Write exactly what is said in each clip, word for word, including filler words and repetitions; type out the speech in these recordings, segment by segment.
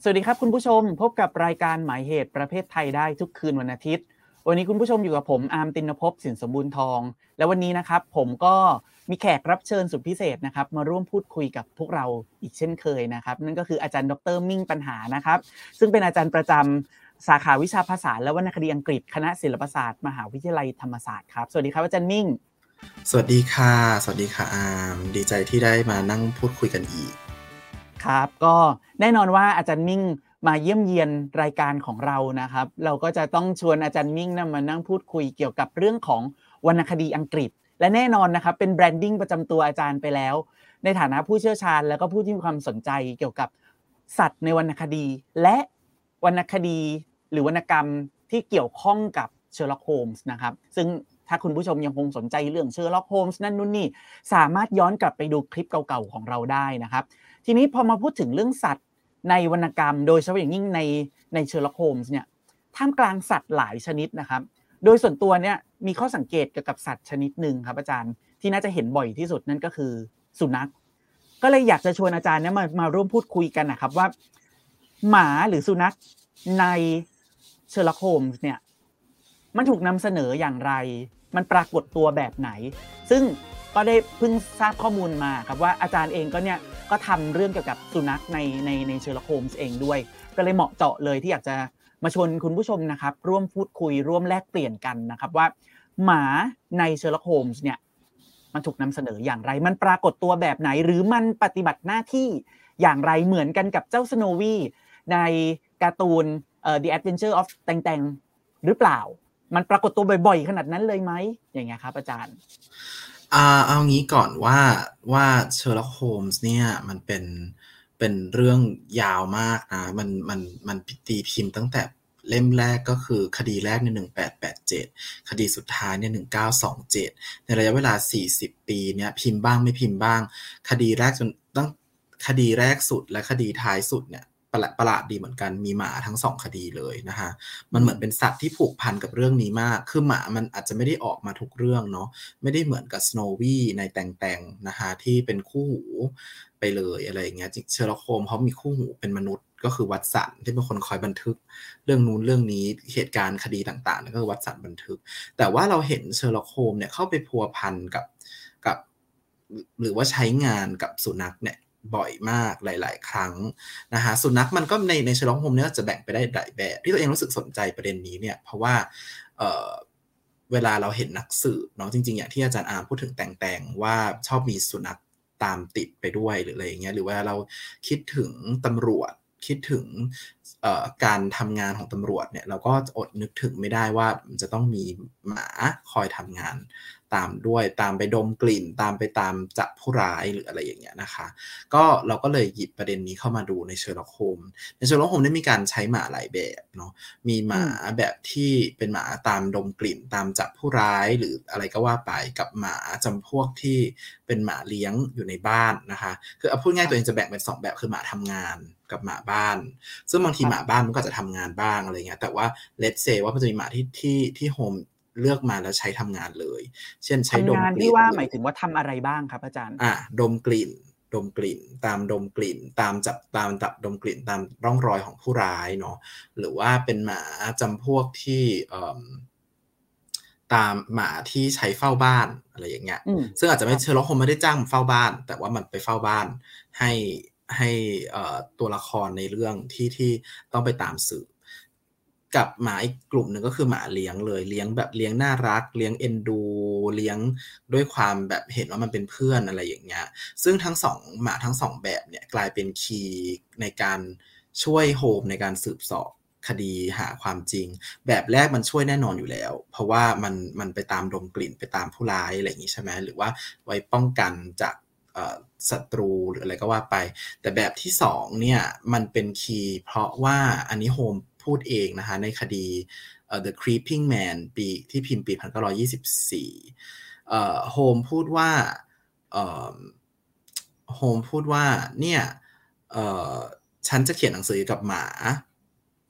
สวัสดีครับคุณผู้ชมพบกับรายการหมายเหตุประเภทไทยได้ทุกคืนวันอาทิตย์วันนี้คุณผู้ชมอยู่กับผมอาร์มตินภพสินสมบูรณ์ทองและวันนี้นะครับผมก็มีแขกรับเชิญสุดพิเศษนะครับมาร่วมพูดคุยกับพวกเราอีกเช่นเคยนะครับนั่นก็คืออาจารย์ดรมิ่งปัญหานะครับซึ่งเป็นอาจารย์ประจำสาขาวิชาภาษาและวรรณคดีอังกฤษคณะศิลปศาสตร์มหาวิทยาลัยธรรมศาสตร์ครับสวัสดีครับอาจารย์มิ่งสวัสดีค่ะสวัสดีค่ะอาร์มดีใจที่ได้มานั่งพูดคุยกันอีกครับก็แน่นอนว่าอาจารย์มิ่งมาเยี่ยมเยียนรายการของเรานะครับเราก็จะต้องชวนอาจารย์มิ่งนะมานั่งพูดคุยเกี่ยวกับเรื่องของวรรณคดีอังกฤษและแน่นอนนะครับเป็นแบรนดิ้งประจำตัวอาจารย์ไปแล้วในฐานะผู้เชี่ยวชาญแล้วก็ผู้ที่มีความสนใจเกี่ยวกับสัตว์ในวรรณคดีและวรรณคดีหรือวรรณกรรมที่เกี่ยวข้องกับเชอร์ล็อกโฮมส์นะครับซึ่งถ้าคุณผู้ชมยังคงสนใจเรื่องเชอร์ล็อกโฮมส์นั่นนู่นนี่สามารถย้อนกลับไปดูคลิปเก่าๆของเราได้นะครับทีนี้พอมาพูดถึงเรื่องสัตว์ในวรรณกรรมโดยเฉพาะอย่างยิ่งในในเชอร์ล็อกโฮมส์เนี่ยท่ามกลางสัตว์หลายชนิดนะครับโดยส่วนตัวเนี่ยมีข้อสังเกตเกี่ยวกับสัตว์ชนิดหนึ่งครับอาจารย์ที่น่าจะเห็นบ่อยที่สุดนั่นก็คือสุนัขก็เลยอยากจะชวนอาจารย์เนี่ยมามาร่วมพูดคุยกันนะครับว่าหมาหรือสุนัขในเชอร์ล็อกโฮมส์เนี่ยมันถูกนำเสนออย่างไรมันปรากฏตัวแบบไหนซึ่งก็ได้เพิ่งทราบข้อมูลมาครับว่าอาจารย์เองก็เนี่ยก็ทำเรื่องเกี่ยวกับสุนัขในในในเชอร์ล็อกโฮมส์เองด้วยก็เลยเหมาะเจาะเลยที่อยากจะมาชวนคุณผู้ชมนะครับร่วมพูดคุยร่วมแลกเปลี่ยนกันนะครับว่าหมาในเชอร์ล็อกโฮมส์เนี่ยมันถูกนำเสนออย่างไรมันปรากฏตัวแบบไหนหรือมันปฏิบัติหน้าที่อย่างไรเหมือนกันกับเจ้าสโนวี่ในการ์ตูนเอ่อ The Adventure of แตงแตงหรือเปล่ามันปรากฏตัวบ่อยๆขนาดนั้นเลยไหมอย่างเงี้ยครับอาจารย์อ่าเอางี้ก่อนว่าว่าเชอร์ล็อกโฮมส์เนี่ยมันเป็นเป็นเรื่องยาวมากนะมันมันมันตีพิมพ์ตั้งแต่เล่มแรกก็คือคดีแรกในหนึ่งพันแปดร้อยแปดสิบเจ็ดคดีสุดท้ายเนี่ยหนึ่งพันเก้าร้อยยี่สิบเจ็ดในระยะเวลาสี่สิบปีเนี่ยพิมพ์บ้างไม่พิมพ์บ้างคดีแรกจนตั้งคดีแรกสุดและคดีท้ายสุดเนี่ยประหลาดประหลาดดีเหมือนกันมีหมาทั้งสองคดีเลยนะฮะมันเหมือนเป็นสัตว์ที่ผูกพันกับเรื่องนี้มากคือหมามันอาจจะไม่ได้ออกมาทุกเรื่องเนาะไม่ได้เหมือนกับสโนวี่ในแตงแตงนะฮะที่เป็นคู่หูไปเลยอะไรอย่างเงี้ยเชอร์ล็อกโฮมส์เขามีคู่หูเป็นมนุษย์ก็คือวัตสันที่เป็นคนคอยบันทึกเรื่องนู้นเรื่องนี้เหตุการณ์คดีต่างๆนั่นก็คือวัตสันบันทึกแต่ว่าเราเห็นเชอร์ล็อกโฮมส์เนี่ยเข้าไปพัวพันกับกับหรือว่าใช้งานกับสุนัขเนี่ยบ่อยมากหลายๆครั้งนะฮะสุนัขมันก็ในในเชอร์ล็อกโฮมส์เนี่ยจะแบ่งไปได้หลายแบบที่ตัวเองรู้สึกสนใจประเด็นนี้เนี่ยเพราะว่าเอ่อเวลาเราเห็นนักสืบเนาะจริงๆอย่างที่อาจารย์อาร์มพูดถึงแตงๆว่าชอบมีสุนัขตามติดไปด้วยหรืออะไรอย่างเงี้ยหรือว่าเราคิดถึงตำรวจคิดถึงการทำงานของตำรวจเนี่ยเราก็อดนึกถึงไม่ได้ว่ามันจะต้องมีหมาคอยทำงานตามด้วยตามไปดมกลิ่นตามไปตามจับผู้ร้ายหรืออะไรอย่างเงี้ยนะคะก็เราก็เลยหยิบประเด็นนี้เข้ามาดูในเชอร์ล็อกโฮมส์ในเชอร์ล็อกโฮมส์ได้มีการใช้หมาหลายแบบเนาะมีหมาแบบที่เป็นหมาตามดมกลิ่นตามจับผู้ร้ายหรืออะไรก็ว่าไปกับหมาจำพวกที่เป็นหมาเลี้ยงอยู่ในบ้านนะคะคือเอาพูดง่ายตัวเองจะแบ่งเป็นสองแบบคือหมาทำงานกับหมาบ้านซึ่งบางทีหมาบ้านมันก็จะทำงานบ้างอะไรเงี้ยแต่ว่าเลทเซว่ามันจะมีหมาที่ที่ที่โฮมเลือกมาแล้วใช้ทำงานเลยเช่นใช้ดมกลิ่นที่ว่าหมายถึงว่าทำอะไรบ้างครับอาจารย์อ่ะดมกลิ่นดมกลิ่นตามดมกลิ่นตามจับตามจับดมกลิ่นตามร่องรอยของผู้ร้ายเนาะหรือว่าเป็นหมาจำพวกที่ตามหมาที่ใช้เฝ้าบ้านอะไรอย่างเงี้ยซึ่งอาจจะไม่เชอร์ล็อกโฮมส์ไม่ได้จ้างเฝ้าบ้านแต่ว่ามันไปเฝ้าบ้านให้ให้ตัวละครในเรื่องที่ที่ต้องไปตามสืบกับหมาอีกกลุ่มหนึ่งก็คือหมาเลี้ยงเลยเลี้ยงแบบเลี้ยงน่ารักเลี้ยงเอ็นดูเลี้ยงด้วยความแบบเห็นว่ามันเป็นเพื่อนอะไรอย่างเงี้ยซึ่งทั้งสองหมาทั้งสองแบบเนี่ยกลายเป็นคีย์ในการช่วยโฮมในการสืบเสาะคดีหาความจริงแบบแรกมันช่วยแน่นอนอยู่แล้วเพราะว่ามันมันไปตามดมกลิ่นไปตามผู้ร้ายอะไรอย่างงี้ใช่ไหมหรือว่าไว้ป้องกันจากศัตรูหรืออะไรก็ว่าไปแต่แบบที่สองเนี่ยมันเป็นคีย์เพราะว่าอันนี้โฮมพูดเองนะคะในคดี uh, The Creeping Man ปีที่พิมพ์ปีหนึ่งพันเก้าร้อยยี่สิบสี่เอ่อโฮมพูดว่าเอ่อโฮมพูดว่าเนี่ยเอ่อฉันจะเขียนหนังสือกับหมา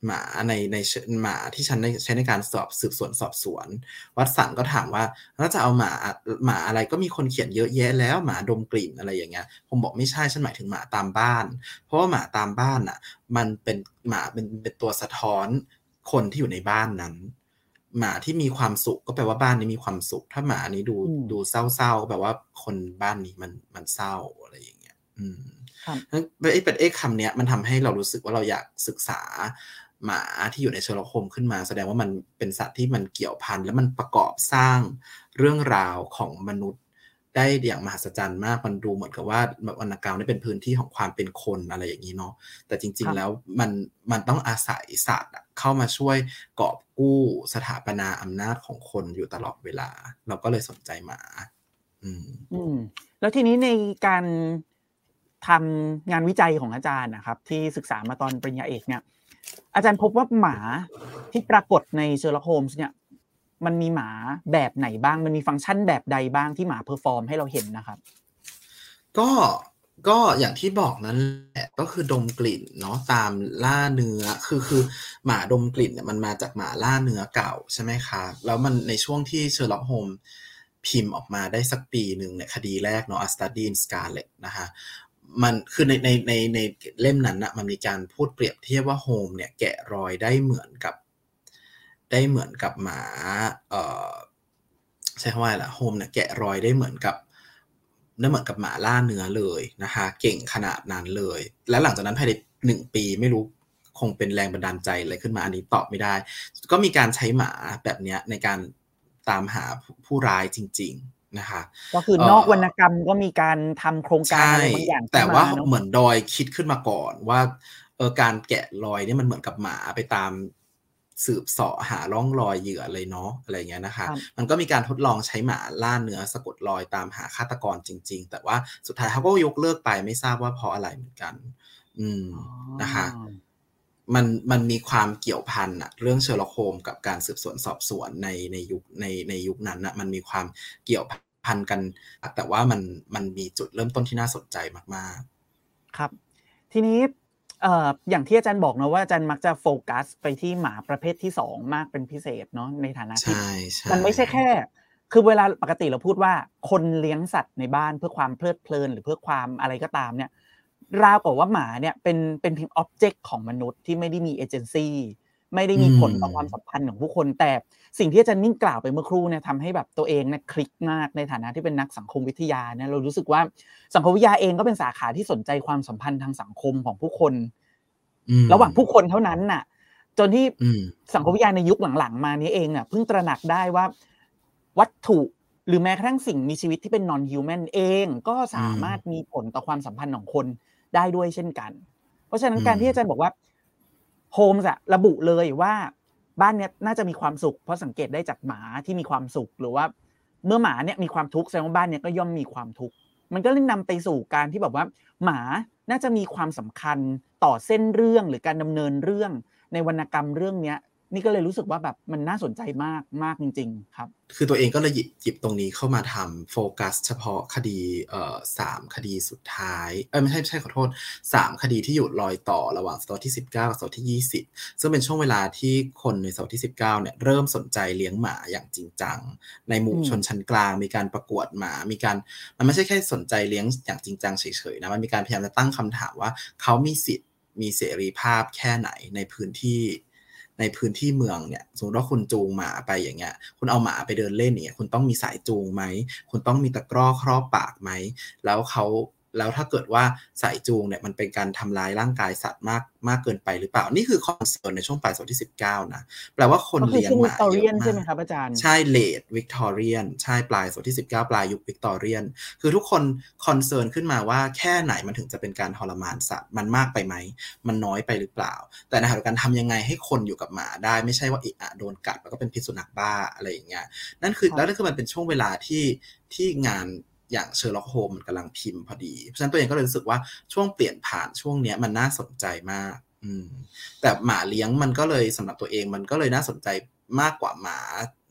หมาในในหมาที่ฉันใช้ในการสอบสืบสวนสอบสวนวัตสันก็ถามว่าแล้วจะเอาหมาหมาอะไรก็มีคนเขียนเยอะแยะแล้วหมาดมกลิ่นอะไรอย่างเงี้ยผมบอกไม่ใช่ฉันหมายถึงหมาตามบ้านเพราะว่าหมาตามบ้านอ่ะมันเป็นหมาเป็นเป็นตัวสะท้อนคนที่อยู่ในบ้านนั้นหมาที่มีความสุขก็แปลว่าบ้านนี้มีความสุขถ้าหมานี้ดูดูเศร้าๆก็แปลว่าคนบ้านนี้มันมันเศร้าอะไรอย่างเงี้ยอืมไอ้เป็นไอ้คำเนี้ยมันทำให้เรารู้สึกว่าเราอยากศึกษาหมาที่อยู่ในเชอร์ล็อกโฮมส์ขึ้นมาแสดงว่ามันเป็นสัตว์ที่มันเกี่ยวพันและมันประกอบสร้างเรื่องราวของมนุษย์ได้อย่างมหัศจรรย์มากมันดูเหมือนกับว่าวรรณกรรมนี่เป็นพื้นที่ของความเป็นคนอะไรอย่างนี้เนาะแต่จริงๆแล้วมันมันต้องอาศัยสัตว์เข้ามาช่วยกอบกู้สถาปนาอำนาจของคนอยู่ตลอดเวลาเราก็เลยสนใจหมาอืมอืมแล้วทีนี้ในการทำงานวิจัยของอาจารย์นะครับที่ศึกษามาตอนปริญญาเอกเนี่ยอาจารย์พบว่าหมาที่ปรากฏในเชอร์ล็อกโฮมส์เนี่ยมันมีหมาแบบไหนบ้างมันมีฟังก์ชันแบบใดบ้างที่หมาเพอร์ฟอร์มให้เราเห็นนะครับก็ก็อย่างที่บอกนั่นแหละก็คือดมกลิ่นเนาะตามล่าเนื้อคือคือหมาดมกลิ่นเนี่ยมันมาจากหมาล่าเนื้อเก่าใช่ไหมคะแล้วมันในช่วงที่เชอร์ล็อกโฮมส์พิมพ์ออกมาได้สักปีหนึ่งเนี่ยคดีแรกเนาะ A Study in Scarlet นะคะมันคือในในในในเล่มนั้นนะมันมีการพูดเปรียบเทียบว่าโฮมเนี่ยแกะรอยได้เหมือนกับได้เหมือนกับหมาเอ่อใช่คำว่าอะไรล่ะโฮมเนี่ยแกะรอยได้เหมือนกับได้เหมือนกับหมาล่าเนื้อเลยนะคะเก่งขนาดนั้นเลยและหลังจากนั้นภายในหนึ่งปีไม่รู้คงเป็นแรงบันดาลใจอะไรขึ้นมาอันนี้ตอบไม่ได้ก็มีการใช้หมาแบบนี้ในการตามหาผู้ร้ายจริงๆนะคะก็คือนอกวรรณกรรมก็มีการทำโครงการอะไรบางอย่างแต่ว่าเหมือนดอยคิดขึ้นมาก่อนว่าเออการแกะรอยนี่มันเหมือนกับหมาไปตามสืบเสาะหาร่องรอยเหยื่อเลยเนาะอะไรเงี้ยนะคะมันก็มีการทดลองใช้หมาล่าเนื้อสะกดรอยตามหาฆาตกรจริงๆแต่ว่าสุดท้ายเขาก็ยกเลิกไปไม่ทราบว่าเพราะอะไรเหมือนกันอืมนะคะมันมันมีความเกี่ยวพันอะเรื่องเชอร์ล็อกโฮมส์กับการสืบสวนสอบสวนในในยุคในในยุคนั้นอะมันมีความเกี่ยวพันกันแต่ว่ามันมันมีจุดเริ่มต้นที่น่าสนใจมากๆครับทีนี้เอ่ออย่างที่อาจารย์บอกนะว่าอาจารย์มักจะโฟกัสไปที่หมาประเภทที่สองมากเป็นพิเศษเนาะในฐานะที่มันไม่ใช่แค่คือเวลาปกติเราพูดว่าคนเลี้ยงสัตว์ในบ้านเพื่อความเพลิดเพลินหรือเพื่อความอะไรก็ตามเนี่ยราวกับว่าหมาเนี่ยเป็นเป็นเพียงอ็อบเจกต์ของมนุษย์ที่ไม่ได้มีเอเจนซี่ไม่ได้มีผลต่อความสัมพันธ์ของผู้คนแต่สิ่งที่อาจารย์นิ่งกล่าวไปเมื่อครู่เนี่ยทำให้แบบตัวเองเนี่ยคลิกมากในฐานะที่เป็นนักสังคมวิทยาเนี่ยเรารู้สึกว่าสังคมวิทยาเองก็เป็นสาขาที่สนใจความสัมพันธ์ทางสังคมของผู้คนระหว่างผู้คนเท่านั้นน่ะจนที่สังคมวิทยาในยุคหลังๆมานี้เองเนี่ยเพิ่งตระหนักได้ว่าวัตถุหรือแม้กระทั่งสิ่งมีชีวิตที่เป็น non human เองก็สามารถมีผลต่อความสัมพันธ์ของคนได้ด้วยเช่นกันเพราะฉะนั้นการที่อาจารย์บอกว่าโฮมส์อะระบุเลยว่าบ้านเนี้ยน่าจะมีความสุขเพราะสังเกตได้จากหมาที่มีความสุขหรือว่าเมื่อหมาเนี่ยมีความทุกข์แสดงว่าบ้านเนี้ยก็ย่อมมีความทุกข์มันก็เลยนำไปสู่การที่แบบว่าหมาน่าจะมีความสำคัญต่อเส้นเรื่องหรือการดำเนินเรื่องในวรรณกรรมเรื่องเนี้ยนี่ก็เลยรู้สึกว่าแบบมันน่าสนใจมากมากจริงๆครับคือตัวเองก็เลยหยิบหยิบตรงนี้เข้ามาทำโฟกัสเฉพาะคดีเอ่อสามคดีสุดท้ายเอ้ยไม่ใช่ไม่ใช่ขอโทษสามคดีที่อยู่รอยต่อระหว่างศตวรรษที่สิบเก้ากับศตวรรษที่ยี่สิบซึ่งเป็นช่วงเวลาที่คนในศตวรรษที่สิบเก้าเนี่ยเริ่มสนใจเลี้ยงหมาอย่างจริงจังในหมู่ชนชั้นกลางมีการประกวดหมามีการมันไม่ใช่แค่สนใจเลี้ยงอย่างจริงจังเฉยๆนะมันมีการพยายามจะตั้งคำถามว่าเขามีสิทธิ์มีเสรีภาพแค่ไหนในพื้นที่ในพื้นที่เมืองเนี่ยสมมติว่าคุณจูงหมาไปอย่างเงี้ยคุณเอาหมาไปเดินเล่นเนี่ยคุณต้องมีสายจูงไหมคุณต้องมีตะกร้อครอบปากไหมแล้วเขาแล้วถ้าเกิดว่าสายจูงเนี่ยมันเป็นการทำร้ายร่างกายสัตว์มากมากเกินไปหรือเปล่านี่คือคอนเซิร์นในช่วงปลายศตวรรษที่สิบเก้านะแปลว่าคนเลี้ยงหมาเยอะมากใช่ไหมครับอาจารย์ใช่เลดวิกตอเรียนใช่ปลายศตวรรษที่สิบเก้าปลายยุควิกตอเรียนคือทุกคนคอนเซิร์นขึ้นมาว่าแค่ไหนมันถึงจะเป็นการทรมานสัตว์มันมากไปไหมมันน้อยไปหรือเปล่าแต่ในขณะเดียวกันทำยังไงให้คนอยู่กับหมาได้ไม่ใช่ว่าอีอะโดนกัดแล้วก็เป็นพิษสุนัขบ้าอะไรอย่างเงี้ยนั่นคือแล้วนั่นคือมันเป็นช่วงเวลาที่ที่งานอย่างเชอร์ล็อกโฮมส์มันกำลังพิมพ์พอดีเพราะฉะนั้นตัวเองก็เลยรู้สึกว่าช่วงเปลี่ยนผ่านช่วงนี้มันน่าสนใจมากอืมแต่หมาเลี้ยงมันก็เลยสำหรับตัวเองมันก็เลยน่าสนใจมากกว่าหมา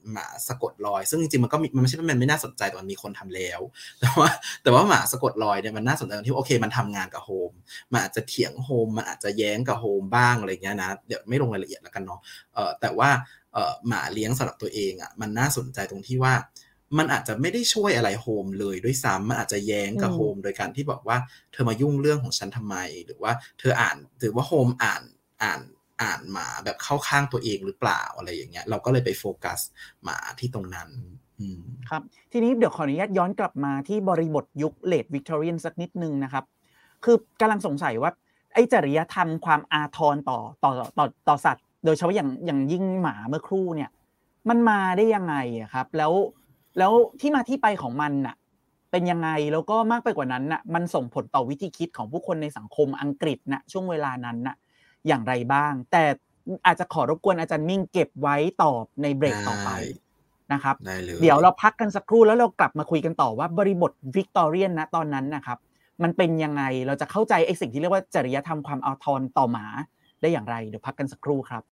หมาสะกดรอยซึ่งจริงๆมันก็มันไม่ใช่ว่ามันไม่น่าสนใจแต่มันมีคนทำแล้วแต่ว่าแต่ว่าหมาสะกดรอยเนี่ยมันน่าสนใจตรงที่โอเคมันทำงานกับโฮมมันอาจจะเถียงโฮมมันอาจจะแย้งกับโฮมบ้างอะไรเงี้ยนะเดี๋ยวไม่ลงรายละเอียดแล้วกันเนาะเอ่อแต่ว่าเอ่อหมาเลี้ยงสำหรับตัวเองอ่ะมันน่าสนใจตรงที่ว่ามันอาจจะไม่ได้ช่วยอะไรโฮมเลยด้วยซ้ำมันอาจจะแย้งกับโฮมโดยการที่บอกว่าเธอมายุ่งเรื่องของฉันทำไมหรือว่าเธออ่านหรือว่าโฮมอ่านอ่านอ่านหมาแบบเข้าข้างตัวเองหรือเปล่าอะไรอย่างเงี้ยเราก็เลยไปโฟกัสหมาที่ตรงนั้นครับทีนี้เดี๋ยวขออนุญาตย้อนกลับมาที่บริบทยุคเลทวิกตอเรียนสักนิดนึงนะครับคือกำลังสงสัยว่าไอ้จริยธรรมความอาทรต่อต่อต่อต่อสัตว์โดยเฉพาะอย่างอย่างยิ่งหมาเมื่อครู่เนี่ยมันมาได้ยังไงอะครับแล้วแล้วที่มาที่ไปของมันน่ะเป็นยังไงแล้วก็มากไปกว่านั้นน่ะมันส่งผลต่อวิธีคิดของผู้คนในสังคมอังกฤษณช่วงเวลานั้นน่ะอย่างไรบ้างแต่อาจจะขอรบกวนอาจารย์มิ่งเก็บไว้ตอบในเบรกต่อไปนะครับเดี๋ยวเราพักกันสักครู่แล้วเรากลับมาคุยกันต่อว่าบริบทวิกตอเรียนนะตอนนั้นนะครับมันเป็นยังไงเราจะเข้าใจไอ้สิ่งที่เรียกว่าจริยธรรมความอาทรต่อหมาได้อย่างไรเดี๋ยวพักกันสักครู่ครับ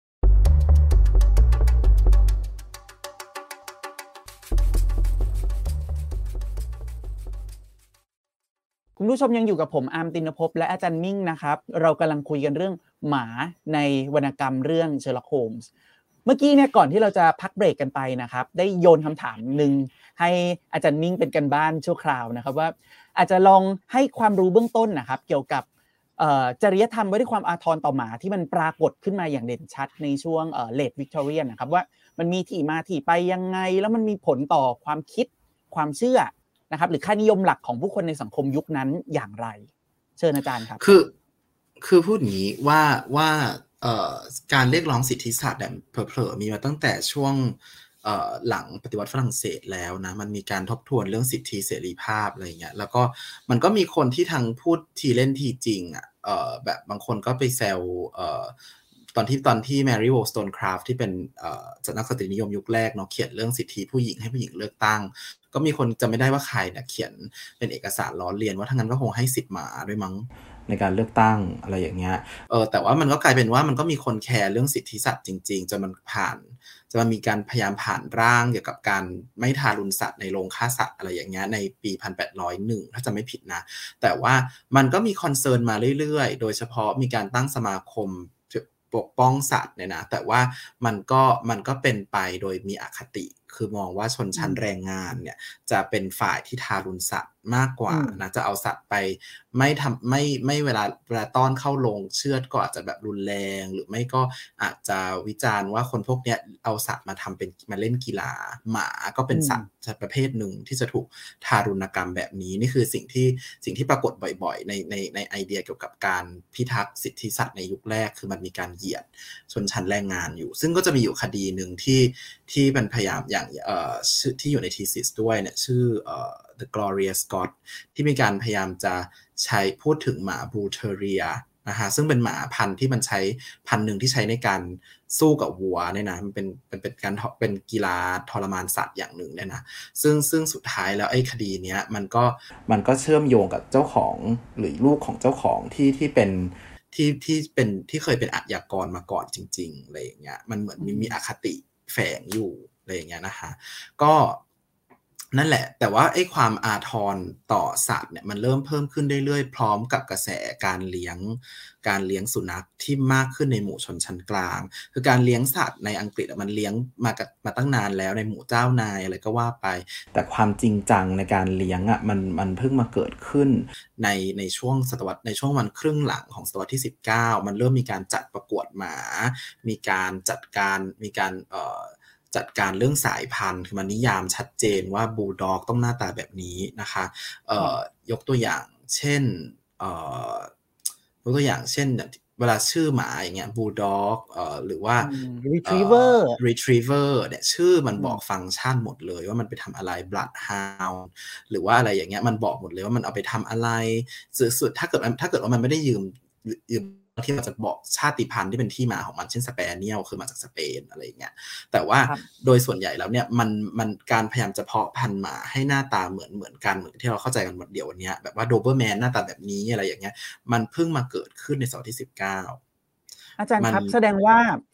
คุณผู้ชมยังอยู่กับผมอาร์มตินภพและอาจารย์มิ่งนะครับเรากำลังคุยกันเรื่องหมาในวรรณกรรมเรื่องเชอร์ล็อกโฮมส์เมื่อกี้เนี่ยก่อนที่เราจะพักเบรกกันไปนะครับได้โยนคำถามนึงให้อาจารย์มิ่งเป็นกันบ้านชั่วคราวนะครับว่าอาจจะลองให้ความรู้เบื้องต้นนะครับเกี่ยวกับจริยธรรมไว้ด้วยความอาทรต่อหมาที่มันปรากฏขึ้นมาอย่างเด่นชัดในช่วงเลทวิกตอเรียนนะครับว่ามันมีที่มาที่ไปยังไงแล้วมันมีผลต่อความคิดความเชื่อนะครับหรือค่านิยมหลักของผู้คนในสังคมยุคนั้นอย่างไรเชิญอาจารย์ครับคือคือพูดอย่างนี้ว่าว่าการเรียกร้องสิทธิสัตว์เนี่ยเผลอๆมีมาตั้งแต่ช่วงหลังปฏิวัติฝรั่งเศสแล้วนะมันมีการทบทวนเรื่องสิทธิเสรีภาพอะไรเงี้ยแล้วก็มันก็มีคนที่ทั้งพูดทีเล่นทีจริงอ่ะแบบบางคนก็ไปแซวตอนที่ตอนที่แมรี่ โวลสโตนคราฟที่เป็นนักสตรีนิยมยุคแรกเนาะเขียนเรื่องสิทธิผู้หญิงให้ผู้หญิงเลือกตั้งก็มีคนจะไม่ได้ว่าใครเนี่ยเขียนเป็นเอกสารล้อเลียนว่าทั้งนั้นก็คงให้สิทธิ์หมาด้วยมั้งในการเลือกตั้งอะไรอย่างเงี้ยเออแต่ว่ามันก็กลายเป็นว่ามันก็มีคนแคร์เรื่องสิทธิสัตว์จริงๆจนมันผ่านจะมันมีการพยายามผ่านร่างเกี่ยวกับการไม่ทารุณสัตว์ในโรงฆ่าสัตว์อะไรอย่างเงี้ยในปีหนึ่งพันแปดร้อยเอ็ดถ้าจะไม่ผิดนะแต่ว่ามันก็มีคอนเซิร์นมาเรื่อยๆโดยเฉพาะมีการตั้งสมาคมปกป้องสัตว์เนี่ยนะแต่ว่ามันก็มันก็เป็นไปโดยมีอคติคือมองว่าชนชั้นแรงงานเนี่ยจะเป็นฝ่ายที่ทารุณสัตว์มากกว่านะจะเอาสัตว์ไปไม่ทำไม่ไม่เวลาเวลาต้อนเข้าโรงเชือดก็อาจจะแบบรุนแรงหรือไม่ก็อาจจะวิจารณ์ว่าคนพวกเนี้ยเอาสัตว์มาทำเป็นมาเล่นกีฬาหมาก็เป็นสัตว์ประเภทหนึ่งที่จะถูกทารุณกรรมแบบนี้นี่คือสิ่งที่สิ่งที่ปรากฏบ่อยๆในในในไอเดียเกี่ยวกับการพิทักษ์สิทธิสัตว์ในยุคแรกคือมันมีการเหยียดชนชั้นแรงงานอยู่ซึ่งก็จะมีอยู่คดีหนึ่งที่ที่มันพยายามอย่างเอ่อที่อยู่ใน thesis ด้วยเนี่ยชื่อเอ่อ The Gloria Scott ที่มีการพยายามจะใช้พูดถึงหมา Bull Terrier นะฮะซึ่งเป็นหมาพันธุ์ที่มันใช้พันธุ์หนึ่งที่ใช้ในการสู้กับวัวเนี่ยนะมันเป็นเป็นเป็นการเป็นกีฬาทรมานสัตว์อย่างหนึ่งเนี่ยนะซึ่งซึ่งสุดท้ายแล้วไอ้คดีเนี้ยมันก็มันก็เชื่อมโยงกับเจ้าของหรือลูกของเจ้าของที่ที่เป็นที่ที่เป็นที่เคยเป็นอาชญากรมาก่อนจริงๆอะไรอย่างเงี้ยมันเหมือนมีมีอคติแฝงอยู่อะไรอย่างเงี้ยนะคะก็นั่นแหละแต่ว่าไอ้ความอาทรต่อสัตว์เนี่ยมันเริ่มเพิ่มขึ้นเรื่อยๆพร้อมกับกระแสการเลี้ยงการเลี้ยงสุนัขที่มากขึ้นในหมู่ชนชั้นกลางคือการเลี้ยงสัตว์ในอังกฤษมันเลี้ยงมากับมาตั้งนานแล้วในหมู่เจ้านายอะไรก็ว่าไปแต่ความจริงจังในการเลี้ยงอ่ะมันมันเพิ่งมาเกิดขึ้นในในช่วงศตวรรษในช่วงวันครึ่งหลังของศตวรรษที่สิบเก้ามันเริ่มมีการจัดประกวดหมามีการจัดการมีการเอ่อจัดการเรื่องสายพันธุ์คือมันนิยามชัดเจนว่าบูลด็อกต้องหน้าตาแบบนี้นะคะเอ่อยกตัวอย่างเช่นเอ่อยกตัวอย่างเช่นเวลาชื่อหมาอย่างเงี้ยบูลด็อกเอ่อหรือว่า retriever retriever เนี่ยชื่อมันบอกฟังก์ชันหมดเลยว่ามันไปทำอะไร bloodhound หรือว่าอะไรอย่างเงี้ยมันบอกหมดเลยว่ามันเอาไปทำอะไรสุดๆถ้าเกิดถ้าเกิดว่ามันไม่ได้ยืมยืมที่มันจะบอกชาติพันธุ์ที่เป็นที่มาของมันเช่นสเปเนียลคือมาจากสเปนอะไรอย่างเงี้ยแต่ว่าโดยส่วนใหญ่แล้วเนี่ยมันมันการพยายามจะเพาะพันธุ์หมาให้หน้าตาเหมือนเหมือนกันเหมือนที่เราเข้าใจกันหมดเดี๋ยววันนี้แบบว่าโดเบอร์แมนหน้าตาแบบนี้อะไรอย่างเงี้ยมันเพิ่งมาเกิดขึ้นในศตวรรษที่สิบเก้าอาจารย์ครับแสดงว่า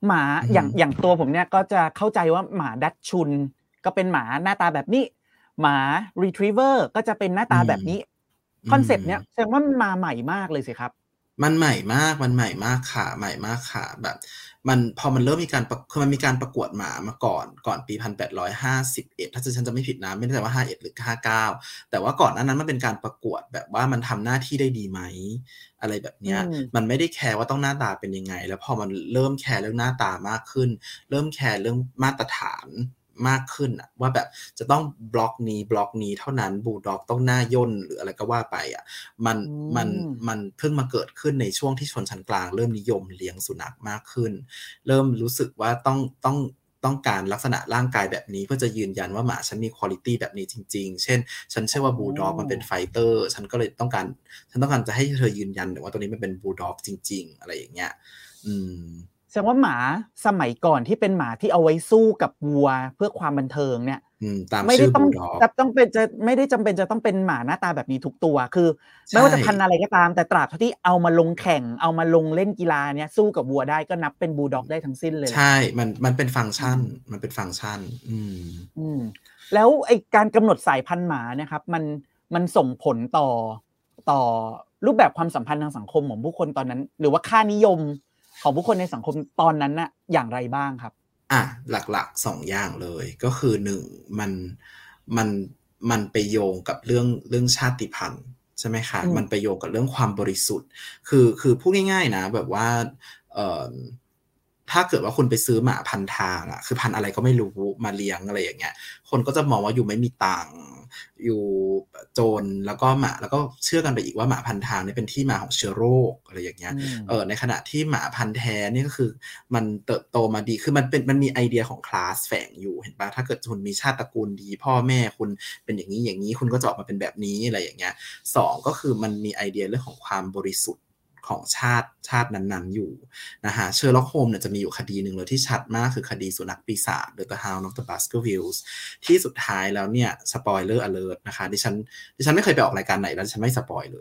หมาอือฮึอย่างอย่างตัวผมเนี่ยก็จะเข้าใจว่าหมาดัชชุนก็เป็นหมาหน้าตาแบบนี้หมา Retriever ก็จะเป็นหน้าอืตาม แบบนี้อืคอนเซปต์มเนี้ยแสดงว่ามันมาใหม่มากเลยสิครับมันใหม่มาก มันใหม่มากค่ะ ใหม่มากค่ะ แบบมัน พอมันเริ่มมีการประ คือมันมีการประกวดหมามาก่อน ก่อนปี หนึ่งพันแปดร้อยห้าสิบเอ็ด ถ้าจะ ฉันจำไม่ผิดนะ ไม่แน่ใจว่า ห้าสิบเอ็ด หรือ ห้าสิบเก้า แต่ว่าก่อนหน้านั้นมันเป็นการประกวดแบบว่ามันทำหน้าที่ได้ดีไหม อะไรแบบอืเนี้ยมมันไม่ได้แคร์ว่าต้องหน้าตาเป็นยังไง แล้วพอมันเริ่มแคร์เรื่องหน้าตามากขึ้น เริ่มแคร์เรื่องมาตรฐานมากขึ้นอะว่าแบบจะต้องบล็อกนี้ บล็อกนี้เท่านั้น Bulldog ต้องหน้าย่น หรืออะไรก็ว่าไปอะ มันอืมันมมันเพิ่งมาเกิดขึ้นในช่วงที่ชนชั้นกลางเริ่มนิยมเลี้ยงสุนัขมากขึ้น เริ่มรู้สึกว่าต้อง ต้อง ต้องการลักษณะร่างกายแบบนี้ เพื่อจะยืนยันว่าหมาฉันมีควอลิตีแบบนี้จริง ๆ เช่น ฉันเชื่อว่า Bulldog มันเป็นอ๋อ Fighter ฉันก็เลยต้องการ ฉันต้องการจะให้เธอยืนยันหน่อยว่าตัวนี้มันเป็น Bulldog จริง ๆ อะไรอย่างเงี้ย อืมแสดงว่าหมาสมัยก่อนที่เป็นหมาที่เอาไว้สู้กับวัวเพื่อความบันเทิงเนี่ยอืม ตามชไม่ไดื้่อต้อง Bulldog จะต้องเป็น จะ ไม่ได้จำเป็นจะต้องเป็นหมาหน้าตาแบบนี้ทุกตัว คือใชไม่ว่าจะพันธุ์่อะไรก็ตาม แต่ตราบเท่าที่เอามาลงแข่ง เอามาลงเล่นกีฬาเนี้ย สู้กับวัวได้ก็นับเป็น Bulldog ได้ทั้งสิ้นเลยใแหชละ่ มัน มันเป็นฟังก์อชืันมมันเป็นฟังก์ชัน อืมอืม แล้วไอ้การกำหนดสายพันธุ์หมาเนี่ยครับ มัน มันส่งผลต่อ ต่อรูปแบบความสัมพันธ์ทางสังคมของผู้คนตอนนั้น หรือว่าค่านิยมของผู้คนในสังคมตอนนั้นน่ะอย่างไรบ้างครับ? อะ หลัก ๆ สอง อย่างเลย ก็คือ หนึ่ง มัน มัน มันไปโยงกับเรื่อง เรื่องชาติพันธุ์ ใช่ไหมคะอืมมันไปโยงกับเรื่องความบริสุทธิ์ คือ คือพูดง่าย ๆ นะแบบว่า เอ่อ ถ้าเกิดว่าคุณไปซื้อหมาพันทางอะ คือพันธุ์อะไรก็ไม่รู้มาเลี้ยง อะไรอย่างเงี้ย คนก็จะมองว่ายูไม่มีตังค์ ยู อ จน แล้วก็หมา แล้วก็เชื่อกันไปอีกว่าหมาพันทางเนี่ยเป็นที่มาของเชื้อโรค อะไรอย่างเงี้อืย เอม่อ ในขณะที่หมาพันธุ์แท้เนี่ย ก็คือมันเติบโตมาดี คือมันเป็น มันมีไอเดียของคลาสแฝงอยู่เห็นเปล่า ถ้าเกิดคุณมีชาติตระกูลดี พ่อแม่คุณเป็นอย่างงี้ ๆ คุณก็จะออกมาเป็นแบบนี้ อะไรอย่างเงี้ย สอง ก็คือมันมีไอเดียเรื่องของความบริสุทธิ์ของชาติ ชาตินั้น ๆ อยู่นะคะ Sherlock Holmes เนี่ยจะมีอยู่คดีหนึ่งเลยที่ชัดมาก คือคดีสุนัขปีศาจ The Hound of the Baskervilles ที่สุดท้ายแล้วเนี่ย Spoiler alert นะคะ ดิฉัน ดิฉันไม่เคยไปออกรายการไหนแล้วดิฉันไม่สปอยล์เลย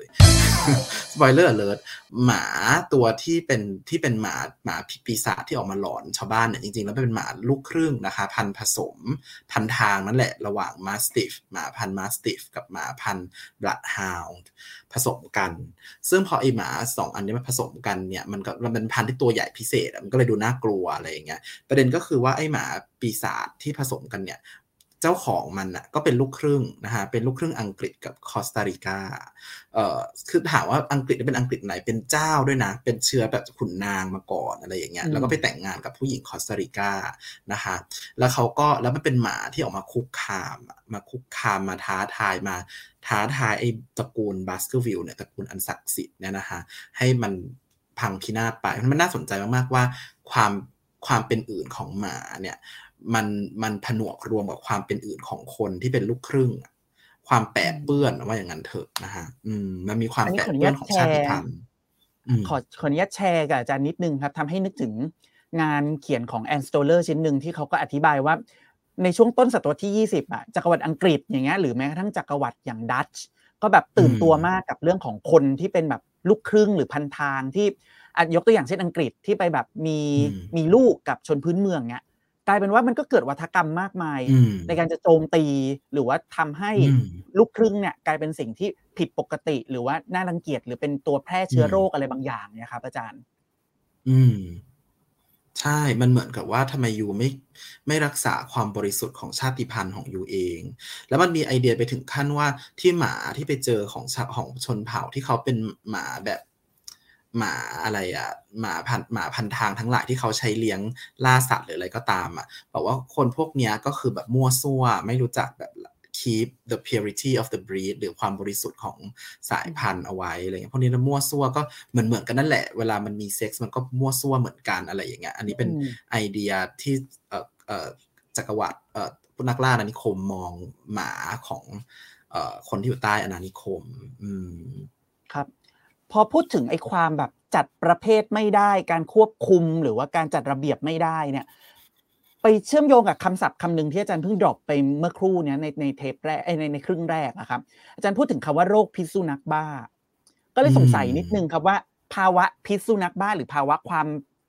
Spoiler alert หมาตัวที่เป็น ที่เป็นหมา หมาปีศาจที่ออกมาหลอนชาวบ้านเนี่ย จริง ๆ แล้วเป็นหมาลูกครึ่งนะคะ พันธุ์ผสม พันทางนั่นแหละ ระหว่าง Mastiff หมาพันธุ์ Mastiff กับหมาพันธุ์ Bloodhound ผสมกัน ซึ่งพอไอ้หมา สอง อันนี้มันผสมกันเนี่ย มันก็ มันเป็นพันธุ์ที่ตัวใหญ่พิเศษอะ มันก็เลยดูน่ากลัว อะไรอย่างเงี้ย ประเด็นก็คือว่าไอ้หมาปีศาจที่ผสมกันเนี่ย เจ้าของมันน่ะก็เป็นลูกครึ่งนะคะ เป็นลูกครึ่งอังกฤษกับคอสตาริกา เอ่อ คือถามว่าอังกฤษเนี่ยเป็นอังกฤษไหน เป็นเจ้าด้วยนะ เป็นเชื้อแบบขุนนางมาก่อน อะไรอย่างเงี้อยืแล้วก็ไปมแต่งงานกับผู้หญิงคอสตาริกานะคะ แล้วเขาก็ แล้วมันเป็นหมาที่ออกมาคุกคามอะ มาคุกคาม มาท้าทาย มาท้าทายไอ้ตระกูล Baskerville เนี่ย ตระกูลอันศักดิ์สิทธิ์เนี่ยนะคะ ให้มันพังพินาศไป มันน่าสนใจมาก ๆ ว่าความ ความเป็นอื่นของหมาเนี่ย มัน มันผนวกรวมกับความเป็นอื่นของคนที่เป็นลูกครึ่งอะ ความแปอืดเปื้อนมว่าอย่างงั้นเถอะนะคะ อืม มันมีควาอมันนแี้ขออปดเนปุื้ญอานตของแชรชาติ์พันธุ์ อืมขอ ขออนุญาตแชร์กับอาจารย์นิดหนึ่งครับ ทำให้นึกถึงงานเขียนของ Anne Stoler ชิ้นหนึ่งที่เขาก็อธิบายว่า ในช่วงต้นศตวรรษที่ ยี่สิบ อะ จักรวรรดิอังกฤษ อย่างเงี้ย หรือแม้กระทั่งจักรวรรดิอย่างดัตช์ ก็แบบอืตื่นตัวมมากกับเรื่องของคนที่เป็นแบบลูกครึ่งหรือพันทางที่ อะ ยกตัวอย่างเช่น อังกฤษที่ไปแบบมีอืมมีลูกกับชนพื้นเมือง เงี้ย กลายเป็นว่ามันก็เกิดวัฒกรรมมากมายอืในมการจะโจมตี หรือว่าทำให้อืมลูกครึ่งเนี่ยกลายเป็นสิ่งที่ผิดปกติ หรือว่าน่ารังเกียจ หรือเป็นตัวแพร่อเืชื้อโรมคอะไรบางอย่างเนี่ยครับอาจารย์อืม ใช่ มันเหมือนกับว่าทำไมยูไม่ ไม่รักษาความบริสุทธิ์ของชาติพันธุ์ของยูเอง แล้วมันมีไอเดียไปถึงขั้นว่า ที่หมาที่ไปเจอของชะ ของชนเผ่าที่เขาเป็นหมาแบบ หมาอะไรอะ หมาพันธุ์ หมาพันทางทั้งหลายที่เขาใช้เลี้ยงล่าสัตว์ หรืออะไรก็ตามอะ บอกว่าคนพวกเนี้ยก็คือแบบมั่วซั่ว ไม่รู้จักแบบ ล keep the purity of the breed หรือความบริสุทธิ์ของสายอืมพันธุ์เอาไว้ อะไรเงี้ย พวกนี้มันมั่วซั่วก็เหมือน ๆ กันนั่นแหละ เวลามันมีเซ็กส์มันก็มั่วซั่วเหมือนกัน อะไรอย่างเงี้ย อันนี้อเป็ืนมไอเดียที่ เอ่อ เอ่อ จักรวรรดิ เอ่อ พวกนักล่าอาณานิคมมองหมาของ เอ่อ คนที่อยู่ใต้อาณานิคม อืมครับ พอพูดถึงไอ้ความแบบจัดประเภทไม่ได้ การควบคุม หรือว่าการจัดระเบียบไม่ได้เนี่ย ไปเชื่อมโยงกับคำศัพท์คำหนึ่งที่อาจารย์เพิ่งดร็อปไปเมื่อครู่เนี้ย ใน ในเทปแรก เอ๊ย ใน ในครึ่งแรกอะครับ อาจารย์พูดถึงคำว่าโรคพิษสุนัขบ้า ก็เลอืยสงสัยนิดหนึ่งมครับว่า ภาวะพิษสุนัขบ้า หรือภาวะความ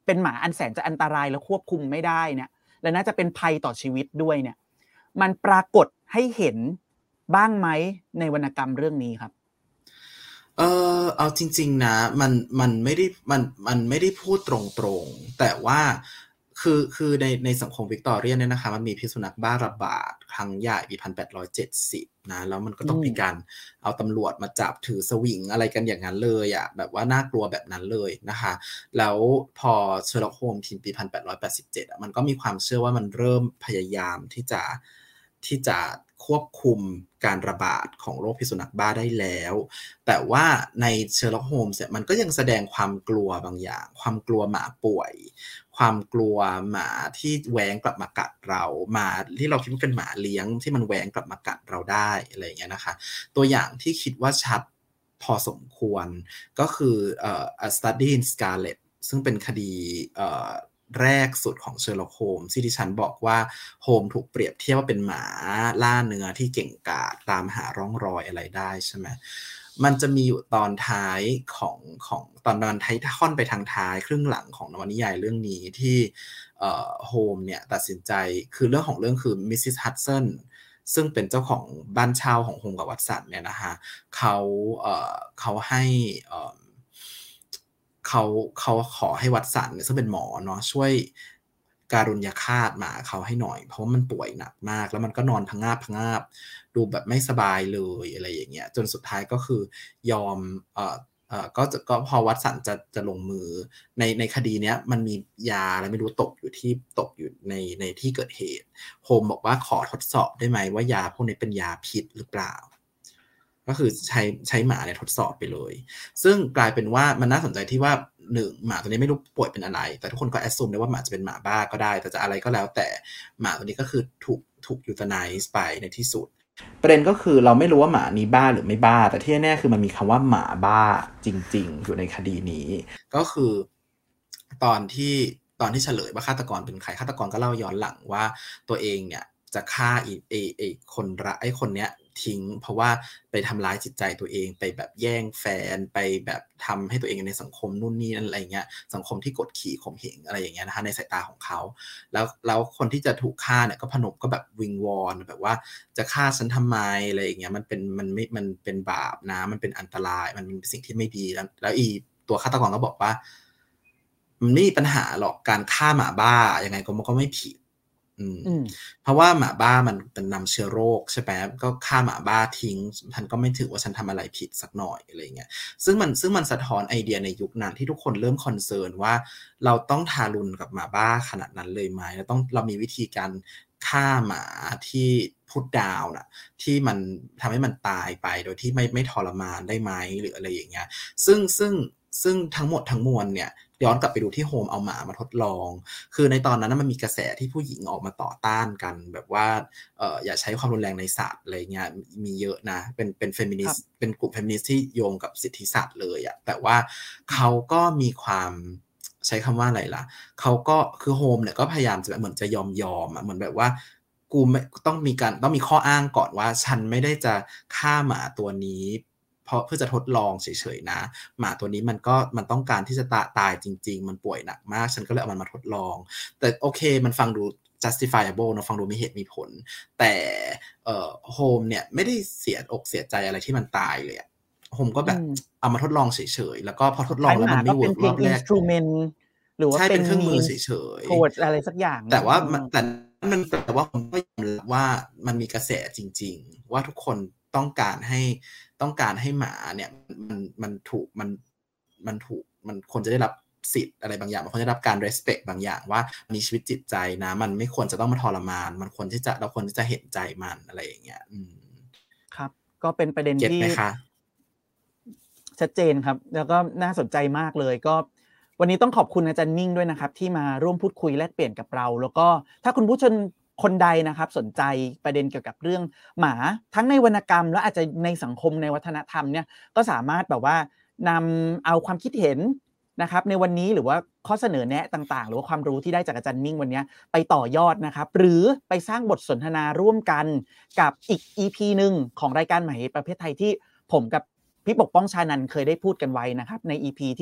เป็นหมาอันแสนจะอันตรายและควบคุมไม่ได้เนี่ยและน่าจะเป็นภัยต่อชีวิตด้วยเนี่ยมันปรากฏให้เห็นบ้างไหมในวรรณกรรมเรื่องนี้ครับเออเอาจริงๆนะมันมันไม่ได้มันมันไม่ได้พูดตรงๆแต่ว่าคือคือในในสังคมวิกตอเรียนเนี่ยนะคะมันมีพิษสุนัขบ้าระบาดครั้งใหญ่ปีหนึ่งพันแปดร้อยเจ็ดสิบนะแล้วมันก็ต้องมีการเอาตำรวจมาจับถือสวิงอะไรกันอย่างนั้นเลยอ่ะแบบว่าน่ากลัวแบบนั้นเลยนะคะแล้วพอเชอร์ล็อกโฮมส์ทีมปีหนึ่งพันแปดร้อยแปดสิบเจ็ดอ่ะมันก็มีความเชื่อว่ามันเริ่มพยายามที่จะที่จะควบคุมการระบาดของโรคพิษสุนัขบ้าได้แล้วแต่ว่าในเชอร์ล็อกโฮมส์เนี่ยมันก็ยังแสดงความกลัวบางอย่างความกลัวหมาป่วยความกลัวหมาที่แหวงกลับมากัดเราหมาที่เราคิดว่าเป็นหมาเลี้ยงที่มันแหวงกลับมากัดเราได้อะไรอย่างเงี้ยนะคะตัวอย่างที่คิดว่าชัดพอสมควรก็คือเอ่อ A Study in Scarlet ซึ่งเป็นคดีเอ่อแรกสุดของเชอร์ล็อกโฮมส์ที่ดิฉันบอกว่าโฮมถูกเปรียบเทียบว่าเป็นหมาล่าเนื้อที่เก่งกาจตามหาร่องรอยอะไรได้ใช่ไหมมันจะมีอยู่ตอนท้ายของของตอนนั้นท้ายท่อนไปทางท้ายครึ่งหลังของนวนิยายเรื่องนี้ที่เอ่อโฮมเนี่ยตัดสินใจคือเรื่องของเรื่องคือมิสซิสฮัดสันซึ่งเป็นเจ้าของบ้านเช่าของโฮมกับวัตสันเนี่ยนะคะเขาเอ่อเขาให้เอ่อเขาเขาขอให้วัตสันซึ่งเป็นหมอเนาะช่วยการุญยฆาตหมาเขาให้หน่อยเพราะว่ามันป่วยหนักมากแล้วมันก็นอนพะงาบพะงาบดูแบบไม่สบายเลยอะไรอย่างเงี้ยจนสุดท้ายก็คือยอมเอ่อเอ่อก็จะก็พอวัตสันจะจะลงมือในในคดีเนี้ยมันมียาอะไรไม่รู้ตกอยู่ที่ตกอยู่ในในที่เกิดเหตุโฮมบอกว่าขอทดสอบได้ไหมว่ายาพวกนี้เป็นยาพิษหรือเปล่าก็คือใช้ใช้หมาเนี่ยทดสอบไปเลยซึ่งกลายเป็นว่ามันน่าสนใจที่ว่าหนึ่งหมาตัวนี้ไม่รู้ป่วยเป็นอะไรแต่ทุกคนก็แอสซูมได้ว่าหมาจะเป็นหมาบ้าก็ได้แต่จะอะไรก็แล้วแต่หมาตัวนี้ก็คือถูกถูกยูทาไนซ์ไปในที่สุดประเด็นก็คือเราไม่รู้ว่าหมานี้บ้าหรือไม่บ้าแต่ที่แน่ๆคือมันมีคำว่าหมาบ้าจริงๆอยู่ในคดีนี้ก็คือตอนที่ตอนที่เฉลยว่าฆาตกรเป็นใครฆาตกรก็เล่าย้อนหลังว่าตัวเองเนี่ยจะฆ่าไอ้ไอ้ไอ้คนละไอ้คนเนี้ยทิ้งเพราะว่าไปทำร้ายจิตใจตัวเองไปแบบแย่งแฟนไปแบบทำให้ตัวเองในสังคมนู่นนี่นั่นอะไรเงี้ยสังคมที่กดขี่ข่มเหงอะไรอย่างเงี้ยนะคะในสายตาของเขาแล้วแล้วคนที่จะถูกฆ่าเนี่ยก็พนมก็แบบวิงวอนแบบว่าจะฆ่าฉันทำไมอะไรอย่างเงี้ยมันเป็นมันไม่มันเป็นบาปนะมันเป็นอันตรายมันเป็นสิ่งที่ไม่ดีแล้วแล้วอีตัวฆาตกรก็บอกว่ามันไม่มีปัญหาหรอกการฆ่าหมาบ้ายังไงก็มันก็ไม่ผิดอืมเพราะว่าหมาบ้ามันเป็นนำเชื้อโรคใช่ไหมก็ฆ่าหมาบ้าทิ้งฉันก็ไม่ถือว่าฉันทำอะไรผิดสักหน่อยอะไรเงี้ยซึ่งมันซึ่งมันสะท้อนไอเดียในยุคนั้นที่ทุกคนเริ่มคอนเซิร์นว่าเราต้องทารุณกับหมาบ้าขนาดนั้นเลยไหมเราต้องเรามีวิธีการฆ่าหมาที่พุทดาวน่ะที่มันทำให้มันตายไปโดยที่ไม่ไม่ทรมานได้ไหมหรืออะไรอย่างเงี้ยซึ่งซึ่งซึ่งทั้งหมดทั้งมวลเนี่ยย้อนกลับไปดูที่โฮมเอาหมามาทดลองคือในตอนนั้นมันมีกระแสที่ผู้หญิงออกมาต่อต้านกันแบบว่าเอ่ออย่าใช้ความรุนแรงในสัตว์อะไรเงี้ยมีเยอะนะเป็นเป็นเฟมินิสต์เป็นกลุ่มเฟมินิสต์ที่โยงกับสิทธิสัตว์เลยอะแต่ว่าเขาก็มีความใช้คำว่าอะไรล่ะเขาก็คือโฮมเนี่ยก็พยายามจะแบบเหมือนจะยอมยอมอะเหมือนแบบว่ากูไม่ต้องมีการต้องมีข้ออ้างก่อนว่าฉันไม่ได้จะฆ่าหมาตัวนี้เพราะเพื่อจะทดลองเฉยๆนะหมาตัวนี้มันก็มันต้องการที่จะตาตายจริงๆมันป่วยหนักมากฉันก็เลยเอามันมาทดลองแต่โอเคมันฟังดู justifiable นะฟังดูมีเหตุมีผลแต่เอ่อโฮมเนี่ยไม่ได้เสียอกเสียใจอะไรที่มันตายเลยอะโฮมก็แบบเอามาทดลองเฉยๆแล้วก็พอทดลองแล้วมันไม่เวิร์กรอบแรกหรือว่าเป็นเครื่องมือเฉยๆ towards อะไรสักอย่างแต่ว่าแต่มันแต่ว่าผมก็ยอมรับว่ามันมีกระแสจริงๆว่าทุกคนต้องการให้ต้องการให้หมาเนี่ยมันมันถูกมันมันถูกมันควรจะได้รับสิทธิ์อะไรบางอย่างมันควรจะได้รับการ respect บางอย่างว่ามีชีวิตจิตใจนะมันไม่ควรจะต้องมาทรมานมันควรที่จะเราควรที่จะเห็นใจมันอะไรอย่างเงี้ยอืมครับก็เป็นประเด็นที่ชัดเจนครับแล้วก็น่าสนใจมากเลยก็วันนี้ต้องขอบคุณอาจารย์มิ่งด้วยนะครับที่มาร่วมพูดคุยแลกเปลี่ยนกับเราแล้วก็ถ้าคุณผู้ชมคนใดนะครับสนใจประเด็นเกี่ยวกับเรื่องหมาทั้งในวรรณกรรมและอาจจะในสังคมในวัฒนธรรมเนี่ยก็สามารถแบบว่านำเอาความคิดเห็นนะครับในวันนี้หรือว่าข้อเสนอแนะต่างๆหรือว่าความรู้ที่ได้จากอาจารย์มิ่งวันนี้ไปต่อยอดนะครับหรือไปสร้างบทสนทนาร่วมกันกับอีก อี พี นึงของรายการใหม่ประเภทไทยที่ผมกับพี่ปกป้องชานันท์เคยได้พูดกันไว้นะครับใน อี พี ที่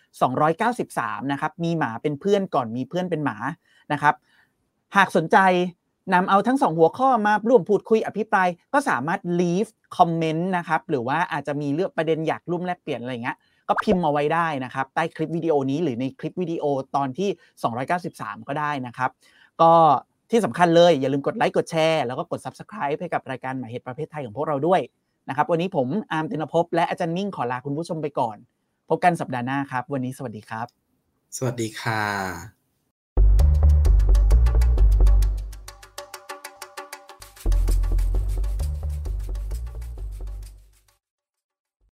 สองร้อยเก้าสิบสามนะครับมีหมาเป็นเพื่อนก่อนมีเพื่อนเป็นหมานะครับหากสนใจนำเอาทั้งสองหัวข้อมาร่วมพูดคุยอภิปรายก็สามารถ leave comment นะครับหรือว่าอาจจะมีเลือกประเด็นอยากร่วมแลกเปลี่ยนอะไรเงี้ยก็พิมพ์มาไว้ได้นะครับใต้คลิปวิดีโอนี้หรือในคลิปวิดีโอตอนที่สองร้อยเก้าสิบสามก็ได้นะครับก็ที่สำคัญเลยอย่าลืมกดไลค์กดแชร์แล้วก็กด Subscribe ให้กับรายการหมายเหตุประเภทไทยของพวกเราด้วยนะครับวันนี้ผมอาร์มตินภพและอาจารย์มิ่งขอลาคุณผู้ชมไปก่อนพบกันสัปดาห์หน้าครับวันนี้สวัสดีครับสวัสดีค่ะ